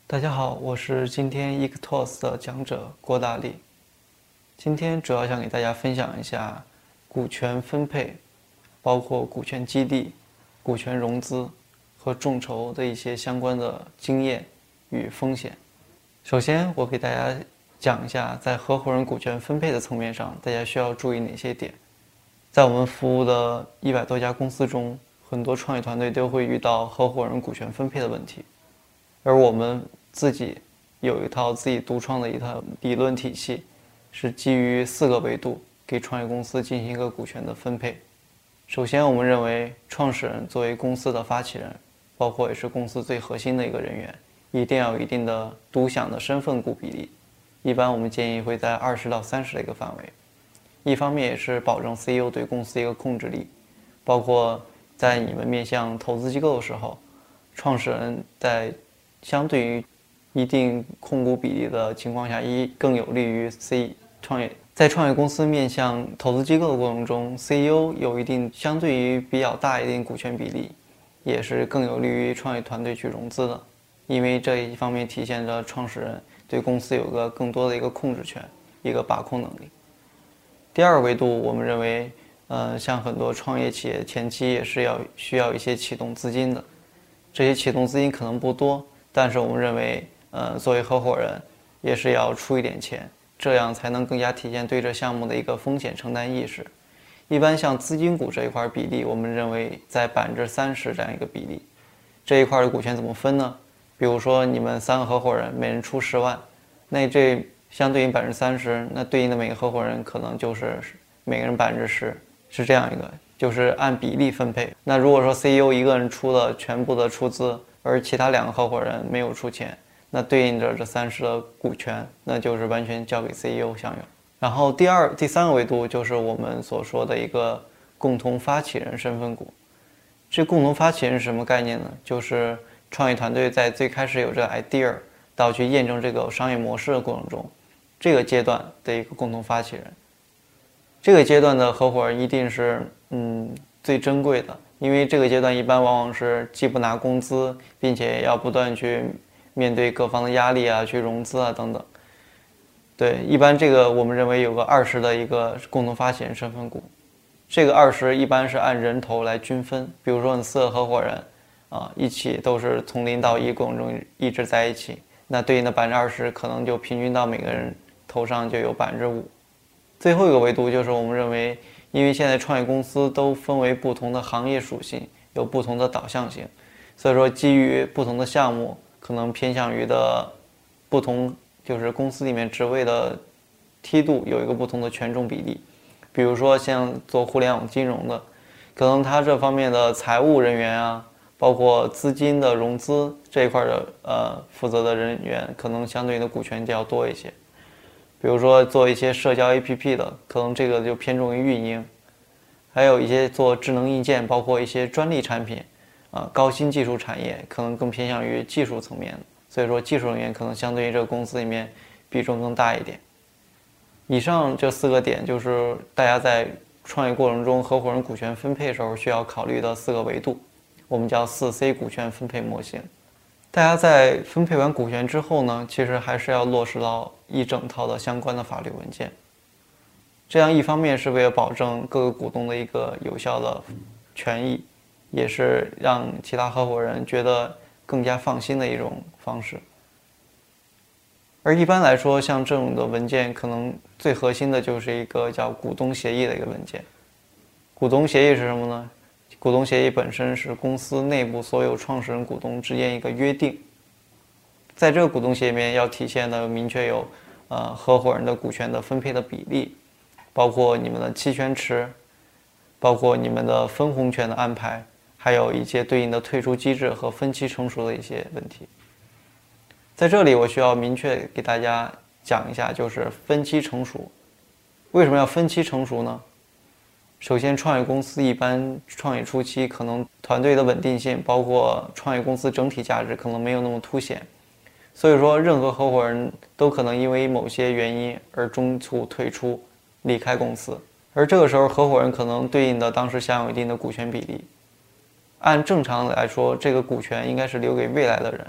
大家好，我是今天 Ectos 的讲者郭大力。今天主要想给大家分享一下股权分配，包括股权激励、股权融资和众筹的一些相关的经验与风险。首先，我给大家讲一下，在合伙人股权分配的层面上，大家需要注意哪些点。在我们服务的100多家公司中，很多创业团队都会遇到合伙人股权分配的问题，而我们自己有一套自己独创的一套理论体系，是基于4个维度给创业公司进行一个股权的分配。首先，我们认为创始人作为公司的发起人，包括也是公司最核心的一个人员，一定要有一定的独享的身份股比例，一般我们建议会在20到30的一个范围。一方面也是保证 CEO 对公司一个控制力，包括在你们面向投资机构的时候，创始人在相对于一定控股比例的情况下，更有利于创业。在创业公司面向投资机构的过程中， CEO 有一定相对于比较大一定股权比例，也是更有利于创业团队去融资的，因为这一方面体现着创始人对公司有个更多的一个控制权，一个把控能力。第二个维度，我们认为像很多创业企业前期也是需要一些启动资金的，这些启动资金可能不多，但是我们认为作为合伙人也是要出一点钱，这样才能更加体现对这项目的一个风险承担意识。一般像资金股这一块比例，我们认为在30%这样一个比例。这一块的股权怎么分呢？比如说你们3个合伙人每人出10万，那这相对于30%，那对应的每个合伙人可能就是每个人10%，是这样一个，就是按比例分配。那如果说 CEO 一个人出了全部的出资，而其他2个合伙人没有出钱，那对应着这30的股权，那就是完全交给 CEO 享有。然后第三个维度就是我们所说的一个共同发起人身份股。这共同发起人是什么概念呢？就是创业团队在最开始有这个 idea 到去验证这个商业模式的过程中，这个阶段的一个共同发起人。这个阶段的合伙人一定是最珍贵的，因为这个阶段一般往往是既不拿工资，并且也要不断去面对各方的压力啊，去融资啊等等。对，一般这个我们认为有个20的一个共同发起人身份股，这个20一般是按人头来均分。比如说你4个合伙人一起都是从0到1过程中一直在一起，那对应的20%可能就平均到每个人头上就有5%。最后一个维度就是我们认为，因为现在创业公司都分为不同的行业属性，有不同的导向性，所以说基于不同的项目，可能偏向于的不同，就是公司里面职位的梯度有一个不同的权重比例。比如说像做互联网金融的，可能他这方面的财务人员啊，包括资金的融资这一块的负责的人员，可能相对的股权就要多一些。比如说做一些社交 APP 的，可能这个就偏重于运营，还有一些做智能硬件，包括一些专利产品高新技术产业，可能更偏向于技术层面，所以说技术人员可能相对于这个公司里面比重更大一点。以上这4个点就是大家在创业过程中合伙人股权分配的时候需要考虑的4个维度，我们叫4C 股权分配模型。大家在分配完股权之后呢，其实还是要落实到一整套的相关的法律文件。这样一方面是为了保证各个股东的一个有效的权益，也是让其他合伙人觉得更加放心的一种方式。而一般来说，像这种的文件，可能最核心的就是一个叫股东协议的一个文件。股东协议是什么呢？股东协议本身是公司内部所有创始人股东之间一个约定，在这个股东协议里面要体现的明确有合伙人的股权的分配的比例，包括你们的期权池，包括你们的分红权的安排，还有一些对应的退出机制和分期成熟的一些问题。在这里我需要明确给大家讲一下，就是分期成熟。为什么要分期成熟呢？首先，创业公司一般创业初期可能团队的稳定性，包括创业公司整体价值可能没有那么凸显，所以说任何合伙人都可能因为某些原因而中途退出离开公司，而这个时候合伙人可能对应的当时享有一定的股权比例。按正常来说，这个股权应该是留给未来的人，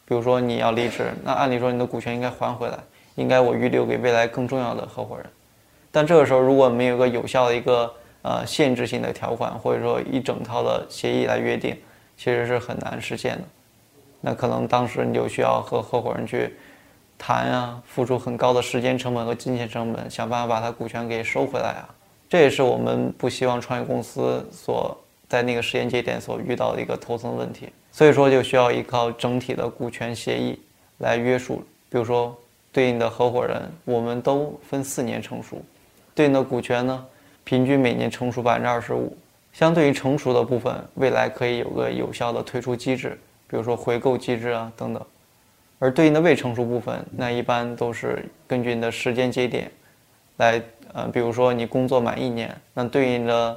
比如说你要离职，那按理说你的股权应该还回来，应该我预留给未来更重要的合伙人。但这个时候如果没有一个有效的一个限制性的条款，或者说一整套的协议来约定，其实是很难实现的。那可能当时你就需要和合伙人去谈啊，付出很高的时间成本和金钱成本，想办法把他股权给收回来啊。这也是我们不希望创业公司在那个时间节点所遇到的一个头层问题。所以说就需要依靠整体的股权协议来约束。比如说对应的合伙人，我们都分4年成熟，对应的股权呢，平均每年成熟25%。相对于成熟的部分，未来可以有个有效的退出机制，比如说回购机制啊等等。而对应的未成熟部分，那一般都是根据你的时间节点来，比如说你工作满1年，那对应的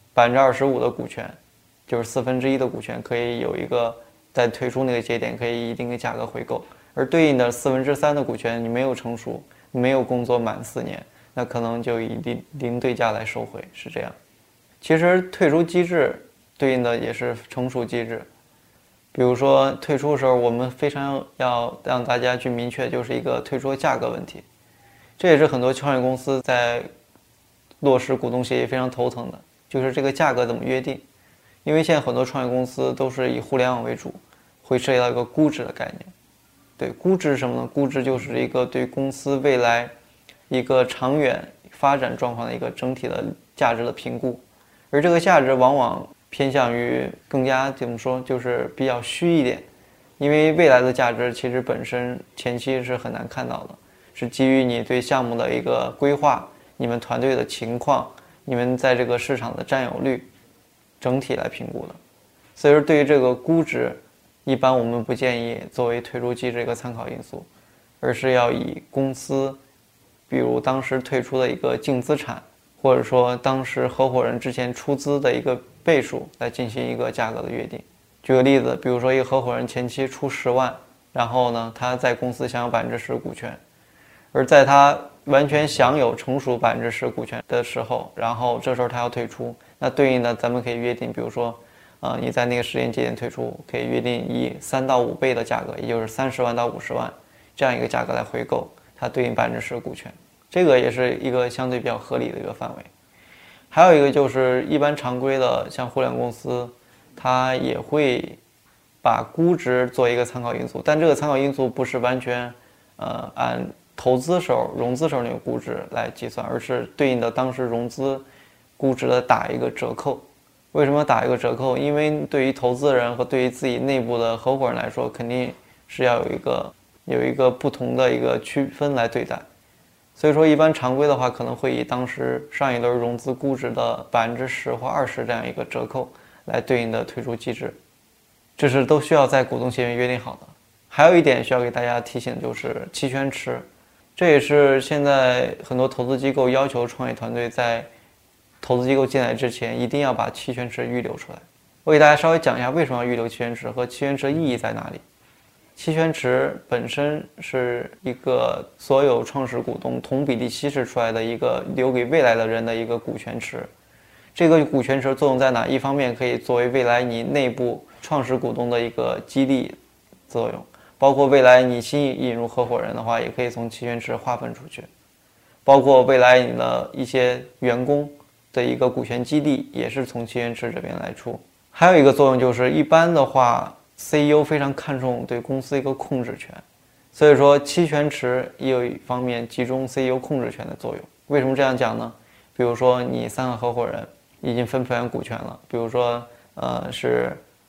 25%的股权，就是1/4的股权，可以有一个在退出那个节点可以以一定的价格回购。而对应的3/4的股权，你没有成熟，没有工作满4年，那可能就以零对价来收回，是这样。其实退出机制对应的也是成熟机制。比如说退出的时候，我们非常要让大家去明确，就是一个退出的价格问题。这也是很多创业公司在落实股东协议非常头疼的，就是这个价格怎么约定。因为现在很多创业公司都是以互联网为主，会涉及到一个估值的概念。对，估值是什么呢？估值就是一个对公司未来一个长远发展状况的一个整体的价值的评估。而这个价值往往偏向于更加怎么说，就是比较虚一点，因为未来的价值其实本身前期是很难看到的，是基于你对项目的一个规划，你们团队的情况，你们在这个市场的占有率整体来评估的。所以说对于这个估值，一般我们不建议作为退出机制一个参考因素，而是要以公司比如当时退出的一个净资产，或者说当时合伙人之前出资的一个倍数来进行一个价格的约定。举个例子，比如说一个合伙人前期出10万，然后呢他在公司享有10%股权，而在他完全享有成熟10%股权的时候，然后这时候他要退出，那对应的咱们可以约定，比如说你在那个时间节点退出，可以约定以3到5倍的价格，也就是30万到50万这样一个价格来回购它对应10%股权，这个也是一个相对比较合理的一个范围。还有一个就是一般常规的像互联网公司，它也会把估值做一个参考因素，但这个参考因素不是完全按投资时候融资时候那个估值来计算，而是对应的当时融资估值的打一个折扣。为什么打一个折扣？因为对于投资人和对于自己内部的合伙人来说，肯定是要有一个不同的一个区分来对待。所以说一般常规的话，可能会以当时上一轮融资估值的10%或20%这样一个折扣来对应的退出机制，这是都需要在股东协议约定好的。还有一点需要给大家提醒，就是期权池，这也是现在很多投资机构要求创业团队在投资机构进来之前一定要把期权池预留出来。我给大家稍微讲一下为什么要预留期权池和期权池的意义在哪里。期权池本身是一个所有创始股东同比例稀释出来的一个留给未来的人的一个股权池。这个股权池作用在哪？一方面可以作为未来你内部创始股东的一个激励作用，包括未来你新引入合伙人的话，也可以从期权池划分出去，包括未来你的一些员工的一个股权激励也是从期权池这边来出。还有一个作用就是一般的话CEO 非常看重对公司一个控制权，所以说期权池也有一方面集中 CEO 控制权的作用。为什么这样讲呢？比如说你3个合伙人已经分配完股权了，比如说是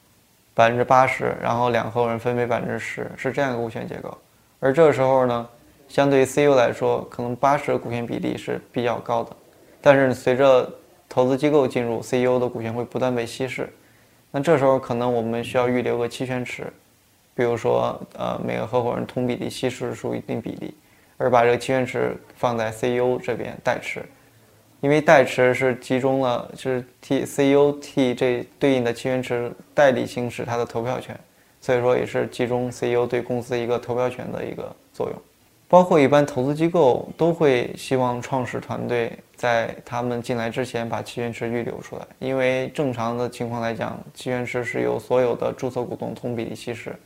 80%，然后2个合伙人分配10%，是这样一个股权结构。而这个时候呢，相对于 CEO 来说，可能80的股权比例是比较高的，但是随着投资机构进入， CEO 的股权会不断被稀释。那这时候可能我们需要预留个期权池，比如说每个合伙人同比例稀释出一定比例，而把这个期权池放在 CEO 这边代持，因为代持是集中了，是替 CEO 替这对应的期权池代理行使他的投票权，所以说也是集中 CEO 对公司一个投票权的一个作用。包括一般投资机构都会希望创始团队在他们进来之前把期权池预留出来，因为正常的情况来讲，期权池是由所有的注册股东同比例稀释，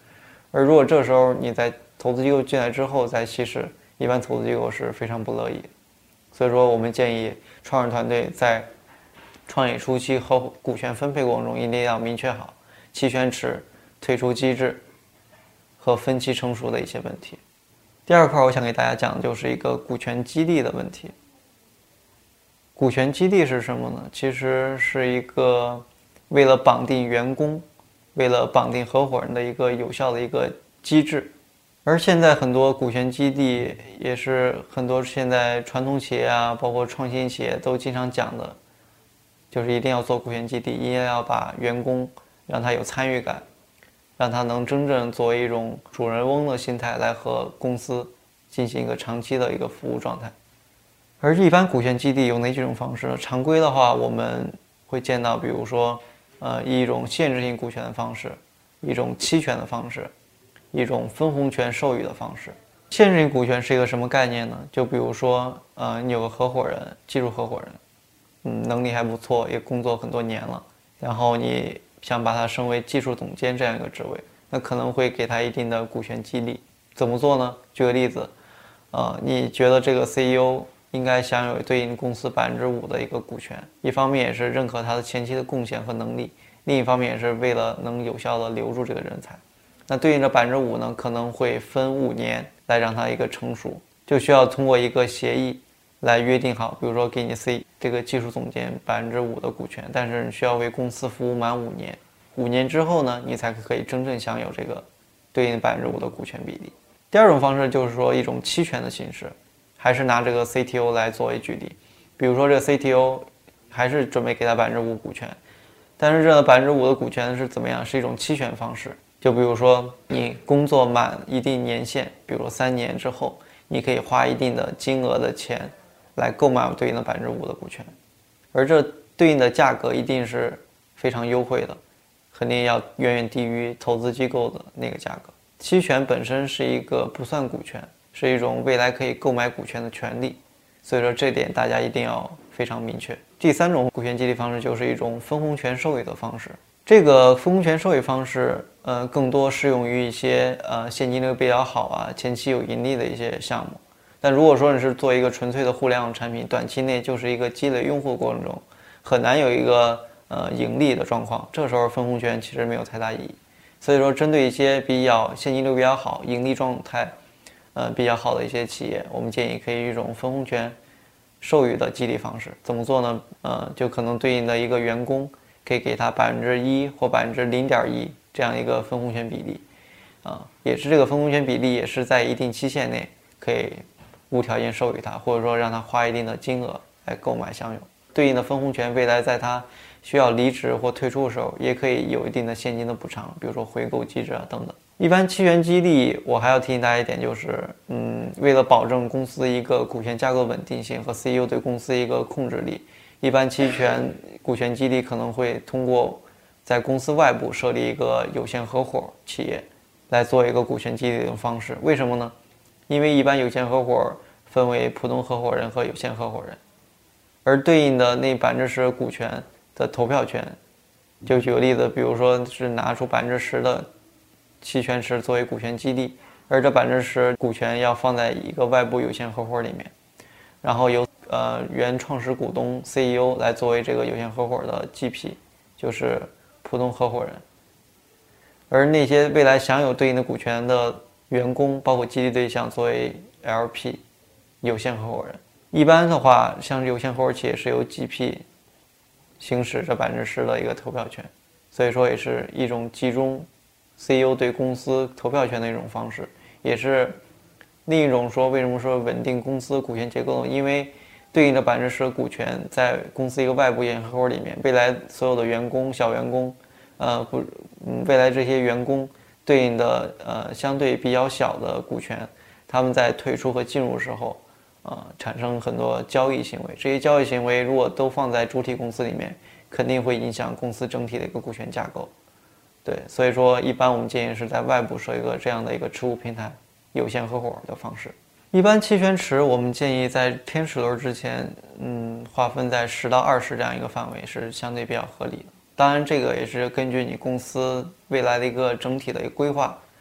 而如果这时候你在投资机构进来之后再稀释，一般投资机构是非常不乐意的。所以说我们建议创始团队在创业初期和股权分配过程中一定要明确好期权池、退出机制和分期成熟的一些问题。第二块我想给大家讲的就是一个股权激励的问题。股权激励是什么呢？其实是一个为了绑定员工、为了绑定合伙人的一个有效的一个机制。而现在很多股权激励也是很多现在传统企业啊，包括创新企业都经常讲的，就是一定要做股权激励，一定要把员工让他有参与感，让他能真正作为一种主人翁的心态来和公司进行一个长期的一个服务状态。而一般股权激励有哪几种方式呢？常规的话我们会见到，比如说一种限制性股权的方式，一种期权的方式，一种分红权授予的方式。限制性股权是一个什么概念呢？就比如说你有个合伙人，技术合伙人，能力还不错，也工作很多年了，然后你想把他升为技术总监这样一个职位，那可能会给他一定的股权激励。怎么做呢？举个例子，你觉得这个 CEO 应该享有对应公司5%的一个股权，一方面也是认可他的前期的贡献和能力，另一方面也是为了能有效的留住这个人才。那对应的5%呢，可能会分5年来让它一个成熟，就需要通过一个协议来约定好，比如说给你这个技术总监5%的股权，但是你需要为公司服务满5年，5年之后呢，你才可以真正享有这个对应5%的股权比例。第二种方式就是说一种期权的形式，还是拿这个 CTO 来作为举例，比如说这个 CTO 还是准备给他5%股权，但是这5%的股权是怎么样？是一种期权方式。就比如说你工作满一定年限，比如3年之后，你可以花一定的金额的钱来购买对应的5%的股权，而这对应的价格一定是非常优惠的，肯定要远远低于投资机构的那个价格。期权本身是一个不算股权，是一种未来可以购买股权的权利，所以说这点大家一定要非常明确。第三种股权激励方式就是一种分红权授予的方式。这个分红权授予方式，更多适用于一些现金流比较好啊、前期有盈利的一些项目。但如果说你是做一个纯粹的互联网产品，短期内就是一个积累用户的过程中，很难有一个盈利的状况，这时候分红权其实没有太大意义。所以说，针对一些比较现金流比较好、盈利状态比较好的一些企业，我们建议可以用一种分红权授予的激励方式。怎么做呢？就可能对应的一个员工可以给他1%或0.1%这样一个分红权比例，也是这个分红权比例也是在一定期限内可以无条件授予他，或者说让他花一定的金额来购买享有。对应的分红权未来在他需要离职或退出的时候，也可以有一定的现金的补偿，比如说回购机制啊等等。一般期权激励，我还要提醒大家一点，就是为了保证公司一个股权架构稳定性和 CEO 对公司一个控制力，一般期权股权激励可能会通过在公司外部设立一个有限合伙企业来做一个股权激励的方式。为什么呢？因为一般有限合伙分为普通合伙人和有限合伙人，而对应的那10%股权的投票权，就举个例子，比如说是拿出10%的期权池作为股权激励，而这10%股权要放在一个外部有限合伙里面，然后由原创始股东 CEO 来作为这个有限合伙的 GP， 就是普通合伙人，而那些未来享有对应的股权的员工，包括激励对象作为 LP 有限合伙人。一般的话，像有限合伙企业是由 GP 行使这10%的一个投票权，所以说也是一种集中 CEO 对公司投票权的一种方式，也是另一种说为什么说稳定公司股权结构呢？因为对应的10%股权在公司一个外部有限合伙里面，未来所有的员工、小员工，未来这些员工对应的相对比较小的股权，他们在退出和进入的时候，产生很多交易行为。这些交易行为如果都放在主体公司里面，肯定会影响公司整体的一个股权架构。对，所以说一般我们建议是在外部设一个这样的一个持股平台有限合伙的方式。一般期权池我们建议在天使轮之前，划分在10到20这样一个范围是相对比较合理的。当然这个也是根据你公司未来的一个整体的一个规划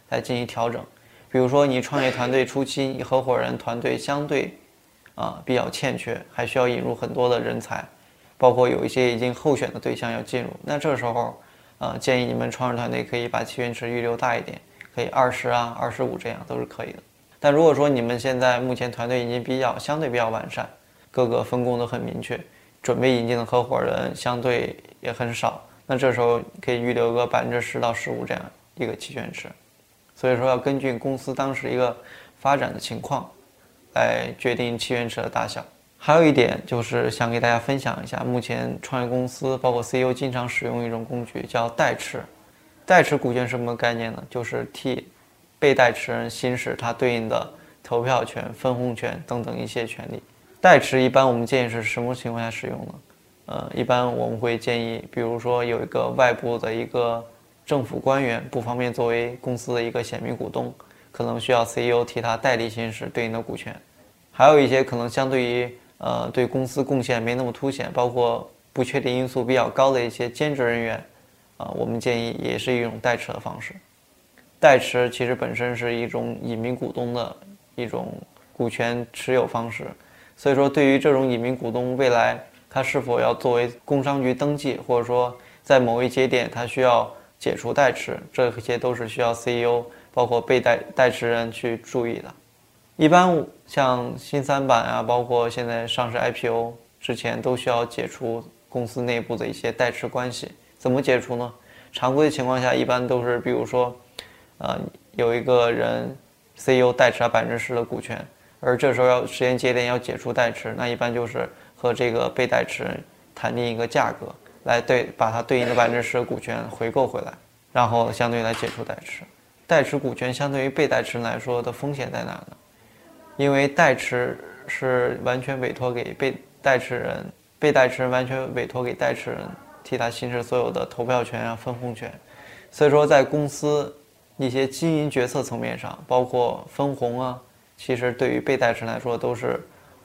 来进行调整。比如说你创业团队初期，你合伙人团队相对比较欠缺，还需要引入很多的人才，包括有一些已经候选的对象要进入。那这时候建议你们创始团队可以把期权池预留大一点，可以20啊、25这样都是可以的。但如果说你们现在目前团队已经相对比较完善，各个分工都很明确，准备引进的合伙人相对也很少，那这时候可以预留个10%到15%这样一个期权池。所以说要根据公司当时一个发展的情况来决定期权池的大小。还有一点就是想给大家分享一下，目前创业公司包括 CEO 经常使用一种工具叫代持。代持股权是什么概念呢？就是替被代持人行使他对应的投票权、分红权等等一些权利。代持一般我们建议是什么情况下使用呢？一般我们会建议，比如说有一个外部的一个政府官员不方便作为公司的一个显名股东，可能需要 CEO 替他代理行使对应的股权。还有一些可能相对于对公司贡献没那么凸显，包括不确定因素比较高的一些兼职人员，我们建议也是一种代持的方式。代持其实本身是一种隐名股东的一种股权持有方式，所以说对于这种隐名股东，未来他是否要作为工商局登记，或者说在某一节点他需要解除代持，这些都是需要 CEO 包括被代持人去注意的。一般像新三板啊，包括现在上市 IPO 之前都需要解除公司内部的一些代持关系。怎么解除呢？常规的情况下一般都是比如说有一个人 CEO 代持了10%的股权，而这时候时间节点要解除代持，那一般就是和这个被代持人谈定一个价格，来把它对应的10%的股权回购回来，然后相对来解除代持。代持股权相对于被代持人来说的风险在哪呢？因为代持是完全委托给被代持人，被代持人完全委托给代持人替他行使所有的投票权啊、分红权，所以说在公司一些经营决策层面上，包括分红啊，其实对于被代持人来说都是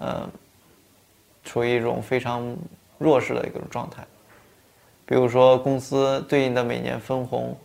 处于一种非常弱势的一个状态。比如说公司对应的每年分红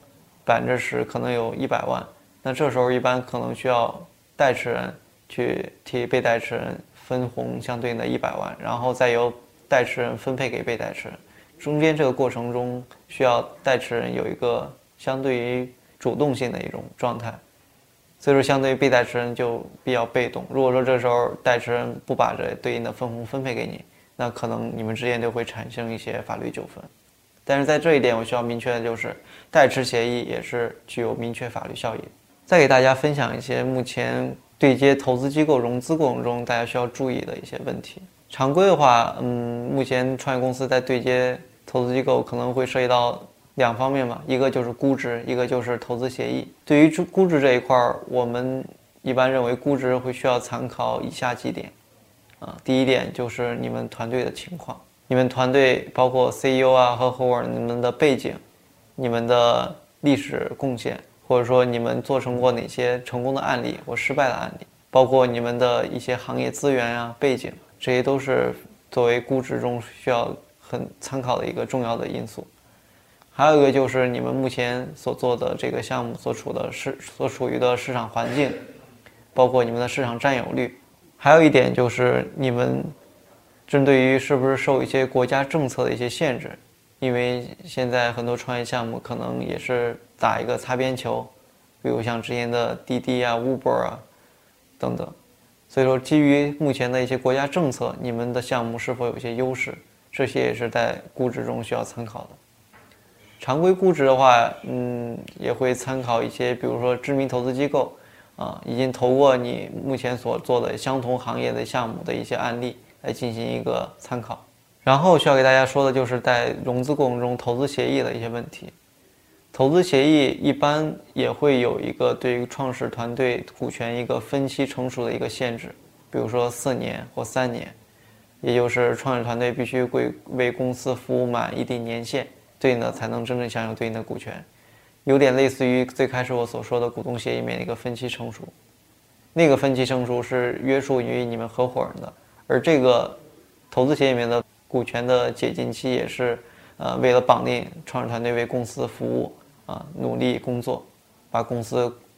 10%可能有100万，那这时候一般可能需要代持人去替被代持人分红相对应的100万，然后再由代持人分配给被代持人。中间这个过程中需要代持人有一个相对于主动性的一种状态，所以说相对于被代持人就比较被动。如果说这时候代持人不把这对应的分红分配给你，那可能你们之间就会产生一些法律纠纷。但是在这一点我需要明确的就是，代持协议也是具有明确法律效益的。再给大家分享一些目前对接投资机构融资过程中大家需要注意的一些问题。常规的话，目前创业公司在对接投资机构可能会涉及到2方面吧，一个就是估值，一个就是投资协议。对于估值这一块，我们一般认为估值会需要参考以下几点。第一点就是你们团队的情况，你们团队包括 CEO 啊和合伙人你们的背景，你们的历史贡献，或者说你们做成过哪些成功的案例或失败的案例，包括你们的一些行业资源啊、背景，这些都是作为估值中需要很参考的一个重要的因素。还有一个就是你们目前所做的这个项目所处于的市场环境，包括你们的市场占有率。还有一点就是你们针对于是不是受一些国家政策的一些限制，因为现在很多创业项目可能也是打一个擦边球，比如像之前的滴滴啊、Uber 啊等等。所以说基于目前的一些国家政策，你们的项目是否有一些优势，这些也是在估值中需要参考的。常规估值的话，也会参考一些比如说知名投资机构已经投过你目前所做的相同行业的项目的一些案例来进行一个参考。然后需要给大家说的就是在融资过程中投资协议的一些问题。投资协议一般也会有一个对于创始团队股权一个分期成熟的一个限制，比如说4年或3年，也就是创始团队必须为公司服务满一定年限，对应的才能真正享有对应的股权。有点类似于最开始我所说的股东协议里面的一个分期成熟，那个分期成熟是约束于你们合伙人的，而这个投资协议里面的股权的解禁期也是为了绑定创始团队为公司服务努力工作，把公司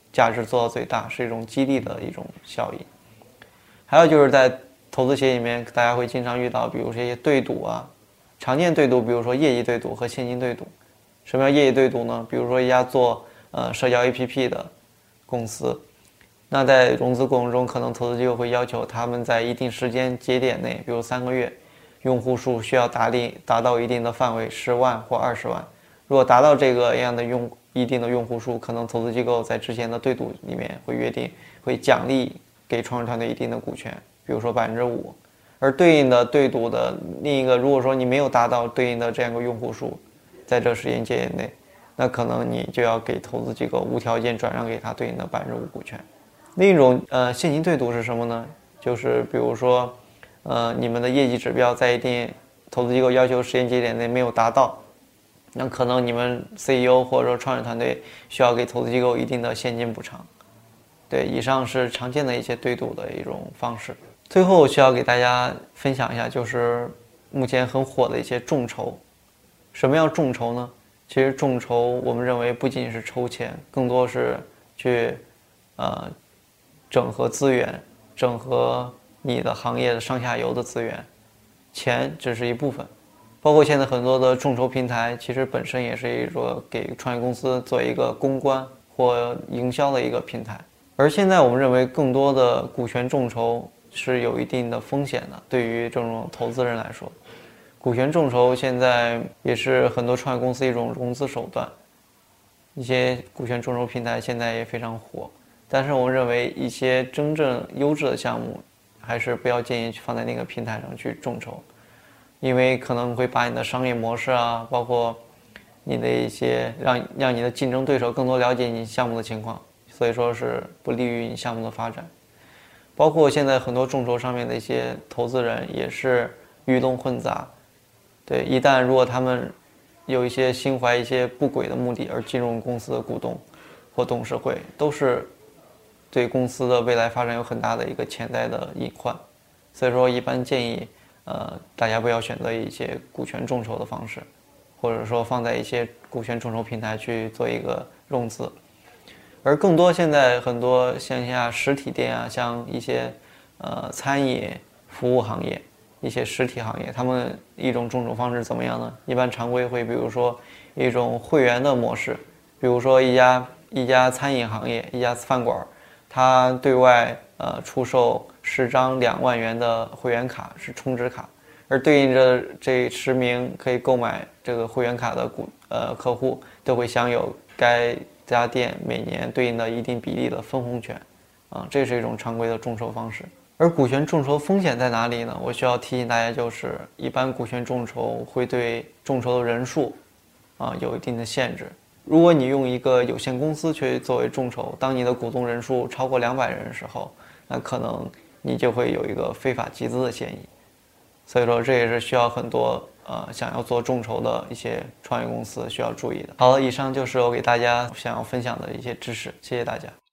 价值做到最大，是一种激励的一种效益。还有就是在投资协议里面，大家会经常遇到，比如说一些对赌啊，常见对赌，比如说业绩对赌和现金对赌。什么叫业绩对赌呢？比如说一家做社交 APP 的公司，那在融资过程中，可能投资机构会要求他们在一定时间节点内，比如3个月，用户数需要达到一定的范围，10万或20万。如果达到这个样的一定的用户数，可能投资机构在之前的对赌里面会约定，会奖励给创始团队一定的股权，比如说5%。而对应的对赌的另一个，如果说你没有达到对应的这样一个用户数，在这时间节点内，那可能你就要给投资机构无条件转让给他对应的5%股权。另一种现金对赌是什么呢？就是比如说你们的业绩指标在一定投资机构要求时间节点内没有达到，那可能你们 CEO 或者说创始团队需要给投资机构一定的现金补偿。对，以上是常见的一些对赌的一种方式。最后需要给大家分享一下，就是目前很火的一些众筹。什么叫众筹呢？其实众筹我们认为不仅是筹钱，更多是去整合资源，整合你的行业的上下游的资源，钱只是一部分。包括现在很多的众筹平台，其实本身也是一个给创业公司做一个公关或营销的一个平台。而现在我们认为更多的股权众筹是有一定的风险的，对于这种投资人来说，股权众筹现在也是很多创业公司一种融资手段，一些股权众筹平台现在也非常火。但是我们认为一些真正优质的项目，还是不要建议去放在那个平台上去众筹，因为可能会把你的商业模式啊，包括你的一些让你的竞争对手更多了解你项目的情况，所以说是不利于你项目的发展。包括现在很多众筹上面的一些投资人也是鱼龙混杂，对，一旦如果他们有一些心怀一些不轨的目的而进入公司的股东或董事会，都是对公司的未来发展有很大的一个潜在的隐患。所以说一般建议大家不要选择一些股权众筹的方式，或者说放在一些股权众筹平台去做一个融资。而更多现在很多线下实体店啊，像一些餐饮服务行业，一些实体行业，他们一种众筹方式怎么样呢？一般常规会比如说一种会员的模式，比如说一家餐饮行业，一家饭馆，它对外出售10张2万元的会员卡，是充值卡，而对应着这10名可以购买这个会员卡的客户都会享有该家店每年对应的一定比例的分红权，这是一种常规的众筹方式。而股权众筹风险在哪里呢？我需要提醒大家，就是一般股权众筹会对众筹的人数有一定的限制。如果你用一个有限公司去作为众筹，当你的股东人数超过200人的时候，那可能你就会有一个非法集资的嫌疑。所以说这也是需要很多想要做众筹的一些创业公司需要注意的。好了，以上就是我给大家想要分享的一些知识，谢谢大家。